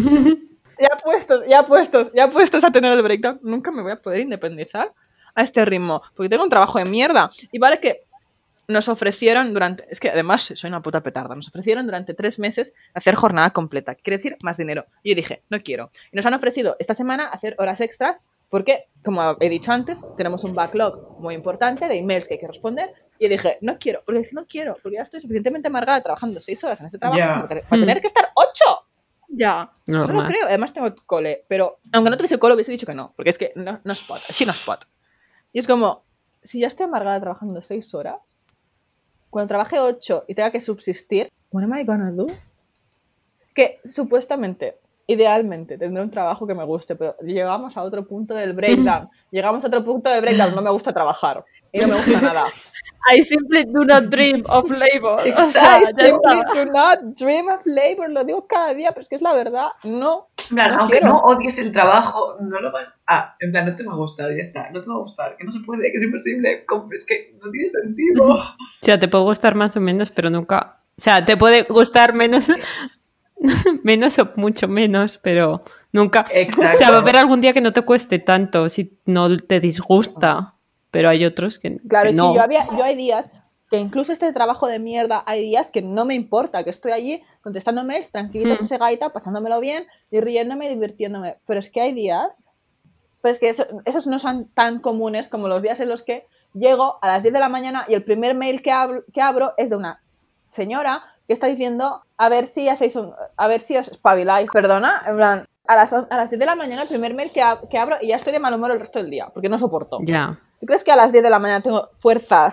Ya puestos, ya puestos, ya puestos a tener el breakdown, nunca me voy a poder independizar a este ritmo, porque tengo un trabajo de mierda. Y vale que nos ofrecieron durante, es que además soy una puta petarda, nos ofrecieron durante tres meses hacer jornada completa, quiere decir más dinero. Y yo dije, no quiero. Y nos han ofrecido esta semana hacer horas extras, porque, como he dicho antes, tenemos un backlog muy importante de emails que hay que responder. Y dije, no quiero, porque dije, no quiero, porque ya estoy suficientemente amargada trabajando seis horas en este trabajo Ya. como para tener que estar ocho. Ya. No lo Normal. creo, además tengo cole, pero aunque no tuviese cole hubiese dicho que no, porque es que no, no es pot, sí no es pot. Y es como, si ya estoy amargada trabajando seis horas, cuando trabaje ocho y tenga que subsistir, what am I gonna do? Que supuestamente, idealmente, tendré un trabajo que me guste, pero llegamos a otro punto del breakdown, llegamos a otro punto del breakdown, no me gusta trabajar y no me gusta nada. I simply do not dream of labor. O sea, I ya simply está. do not dream of labor, lo digo cada día, pero es que es la verdad, no. En plan, No aunque quiero. no odies el trabajo, no lo vas... Ah, en plan, no te va a gustar, ya está. No te va a gustar, que no se puede, que es imposible. Como, es que no tiene sentido. O sea, te puede gustar más o menos, pero nunca... O sea, te puede gustar menos, menos o mucho menos, pero nunca... Exacto. O sea, va a haber algún día que no te cueste tanto si no te disgusta, pero hay otros que, Claro, que es no. que yo, había, yo hay días que incluso este trabajo de mierda, hay días que no me importa, que estoy allí contestando mails, tranquilito, Mm. segaita, pasándomelo bien y riéndome y divirtiéndome. Pero es que hay días, pues que eso- esos no son tan comunes como los días en los que llego a las diez de la mañana y el primer mail que abro, que abro es de una señora que está diciendo a ver si hacéis un, a ver si os espabiláis, perdona, en plan, a las, on- a las diez de la mañana el primer mail que, ab- que abro y ya estoy de mal humor el resto del día, porque no soporto. Ya. ¿Tú crees que a las diez de la mañana tengo fuerzas?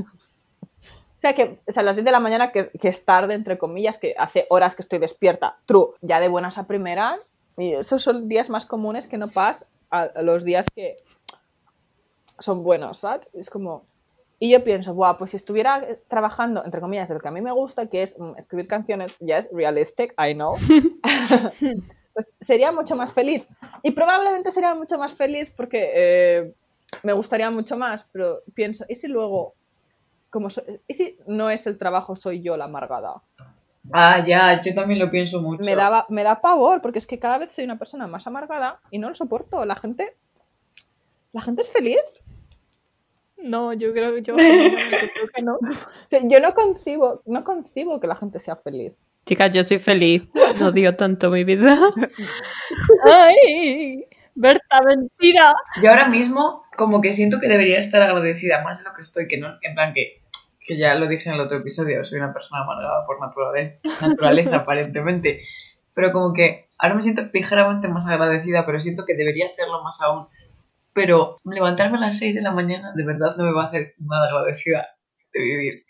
O sea, que o sea, a las diez de la mañana, que, que es tarde, entre comillas, que hace horas que estoy despierta. True, ya de buenas a primeras. Y esos son días más comunes que no pas a, a los días que son buenos, ¿sabes? Es como... Y yo pienso, guau, pues si estuviera trabajando, entre comillas, de lo que a mí me gusta, que es mm, escribir canciones, ya es realistic, I know, pues sería mucho más feliz. Y probablemente sería mucho más feliz porque eh, me gustaría mucho más, pero pienso, ¿y si luego, como so- ¿y si no es el trabajo, soy yo la amargada? Ah, ya, yo también lo pienso mucho. Me, daba, me da pavor, porque es que cada vez soy una persona más amargada y no lo soporto. La gente, la gente es feliz. No, yo creo que yo genuinamente creo que no. O sea, yo no concibo, no concibo que la gente sea feliz. Chicas, yo soy feliz. No odio tanto mi vida. ¡Ay! Berta, mentira. Yo ahora mismo como que siento que debería estar agradecida más de lo que estoy, que no, en plan que, que ya lo dije en el otro episodio, soy una persona amargada por naturaleza, naturaleza aparentemente, pero como que ahora me siento ligeramente más agradecida, pero siento que debería serlo más aún. Pero levantarme a las seis de la mañana de verdad no me va a hacer nada agradecida de vivir.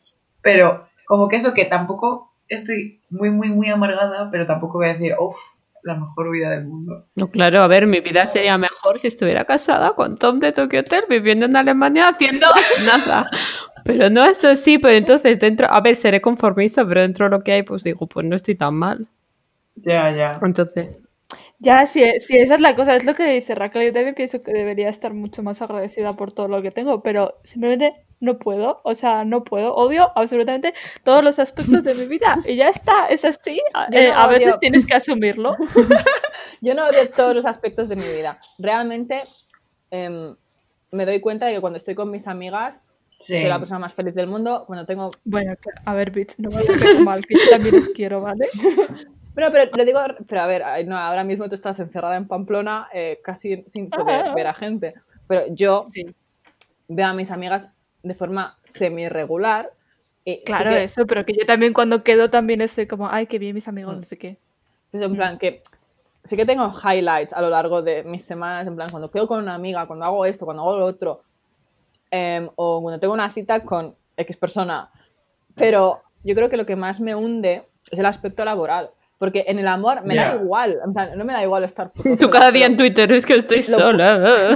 Pero como que eso, que tampoco estoy muy, muy, muy amargada, pero tampoco voy a decir, uff, la mejor vida del mundo. No, claro, a ver, mi vida sería mejor si estuviera casada con Tom de Tokyo Hotel, viviendo en Alemania, haciendo nada. Pero no es así, pero entonces dentro, a ver, seré conformista, pero dentro de lo que hay, pues digo, pues no estoy tan mal. Ya, ya. Entonces... Ya, sí, sí, esa es la cosa, es lo que dice Raquel. Yo también pienso que debería estar mucho más agradecida por todo lo que tengo, pero simplemente no puedo, o sea, no puedo. Odio absolutamente todos los aspectos de mi vida y ya está, es así. Yo Eh, no a veces odio- tienes que asumirlo. Yo no odio todos los aspectos de mi vida. Realmente em, me doy cuenta de que cuando estoy con mis amigas Sí. soy la persona más feliz del mundo. Cuando tengo... Bueno, que- a ver, bitch, no me hagas mal, que yo también os quiero, ¿vale? Pero, pero lo digo, pero a ver, ay, no, ahora mismo tú estás encerrada en Pamplona eh, casi sin poder ver a gente. Pero yo Sí, veo a mis amigas de forma semi-regular. y sí claro, que- eso, pero que yo también cuando quedo también estoy como, ay, qué bien mis amigos, no sé qué. Pues en plan que sí que tengo highlights a lo largo de mis semanas, en plan cuando quedo con una amiga, cuando hago esto, cuando hago lo otro, em, o cuando tengo una cita con X persona. Pero yo creo que lo que más me hunde es el aspecto laboral. Porque en el amor me Ya. da igual, en plan, no me da igual estar... Tú cada día en Twitter, es que estoy sola.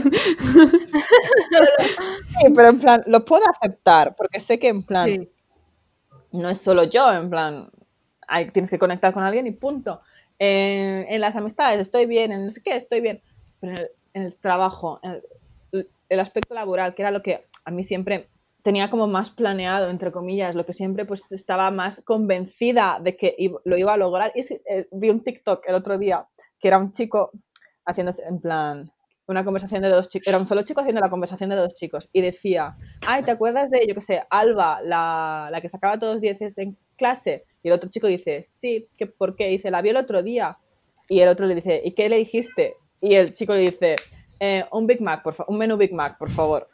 Sí, pero en plan, lo puedo aceptar, porque sé que en plan, Sí. no es solo yo, en plan, hay, tienes que conectar con alguien y punto. En, en las amistades estoy bien, en no sé qué estoy bien, pero en el, en el trabajo, en el, el aspecto laboral, que era lo que a mí siempre tenía como más planeado, entre comillas, lo que siempre pues estaba más convencida de que iba- lo iba a lograr. Y sí, eh, vi un TikTok el otro día, que era un chico haciendo, en plan, una conversación de dos chicos, era un solo chico haciendo la conversación de dos chicos, y decía, ay, ¿te acuerdas de, yo qué sé, Alba, la, la que sacaba todos dieces en clase? Y el otro chico dice, sí, ¿qué, ¿por qué? Dice, la vi el otro día. Y el otro le dice, ¿y qué le dijiste? Y el chico le dice, "Eh, un Big Mac, por favor, un menú Big Mac, por favor".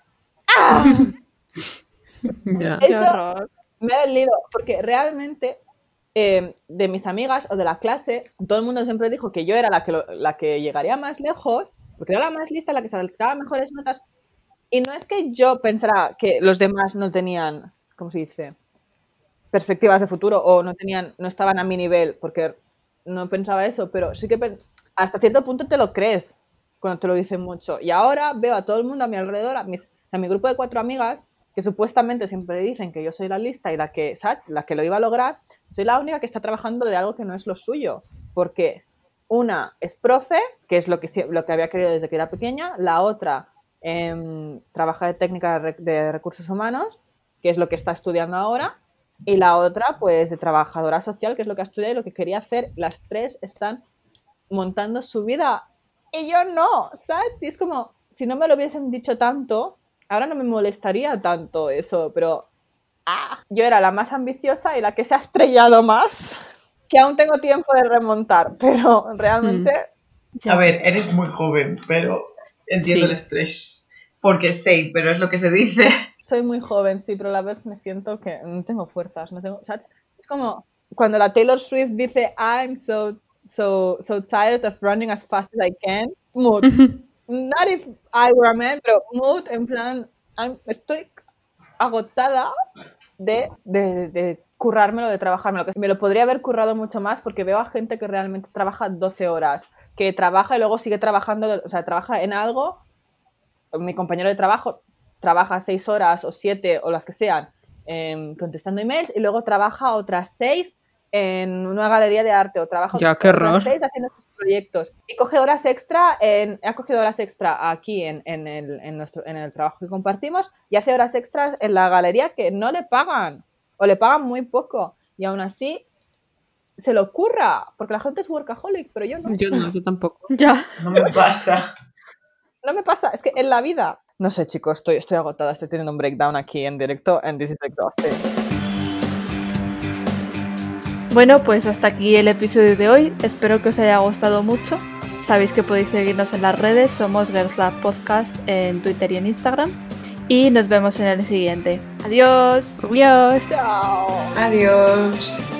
Ya. Qué Eso horror. me ha dolido, porque realmente eh, de mis amigas o de la clase, todo el mundo siempre dijo que yo era la que, lo- la que llegaría más lejos, porque era la más lista, la que sacaba mejores notas. Y no es que yo pensara que los demás no tenían, ¿cómo se dice?, perspectivas de futuro o no tenían, no estaban a mi nivel, porque no pensaba eso, pero sí que pen- hasta cierto punto te lo crees cuando te lo dicen mucho. Y ahora veo a todo el mundo a mi alrededor, a, mis, a mi grupo de cuatro amigas, que supuestamente siempre dicen que yo soy la lista y la que, ¿sabes?, la que lo iba a lograr. Soy la única que está trabajando de algo que no es lo suyo, porque una es profe, que es lo que, sie- lo que había querido desde que era pequeña, la otra em, trabaja de técnica de, re- de recursos humanos, que es lo que está estudiando ahora, y la otra, pues, de trabajadora social, que es lo que ha estudiado y lo que quería hacer. Las tres están montando su vida y yo no, ¿sabes? Y es como, si no me lo hubiesen dicho tanto, ahora no me molestaría tanto eso, pero ah, yo era la más ambiciosa y la que se ha estrellado más, que aún tengo tiempo de remontar, pero realmente... Ya. A ver, eres muy joven, pero entiendo Sí. el estrés. Porque sé, pero es lo que se dice. Soy muy joven, sí, pero a la vez me siento que no tengo fuerzas, no tengo, ¿sabes? Es como cuando la Taylor Swift dice I'm so, so, so tired of running as fast as I can. Mood. Not if I were a man, pero mood en plan, I'm- estoy agotada de, de, de currármelo, de trabajármelo. Que me lo podría haber currado mucho más porque veo a gente que realmente trabaja doce horas, que trabaja y luego sigue trabajando, o sea, trabaja en algo. Mi compañero de trabajo trabaja seis horas o siete o las que sean eh, contestando emails y luego trabaja otras seis en una galería de arte o trabaja Ya, qué otras horror. seis haciendo sus proyectos y coge horas extra, en, ha cogido horas extra aquí en, en, el, en, nuestro, en el trabajo que compartimos y hace horas extras en la galería que no le pagan o le pagan muy poco y aún así se lo ocurra porque la gente es workaholic, pero yo no. Yo no, yo tampoco. Ya. No me pasa. No me pasa, es que en la vida... No sé, chicos, estoy, estoy agotada, estoy teniendo un breakdown aquí en directo and this is exhausting. Bueno, pues hasta aquí el episodio de hoy. Espero que os haya gustado mucho. Sabéis que podéis seguirnos en las redes. Somos Girls Lab Podcast en Twitter y en Instagram. Y nos vemos en el siguiente. Adiós. Adiós. Chao. Adiós.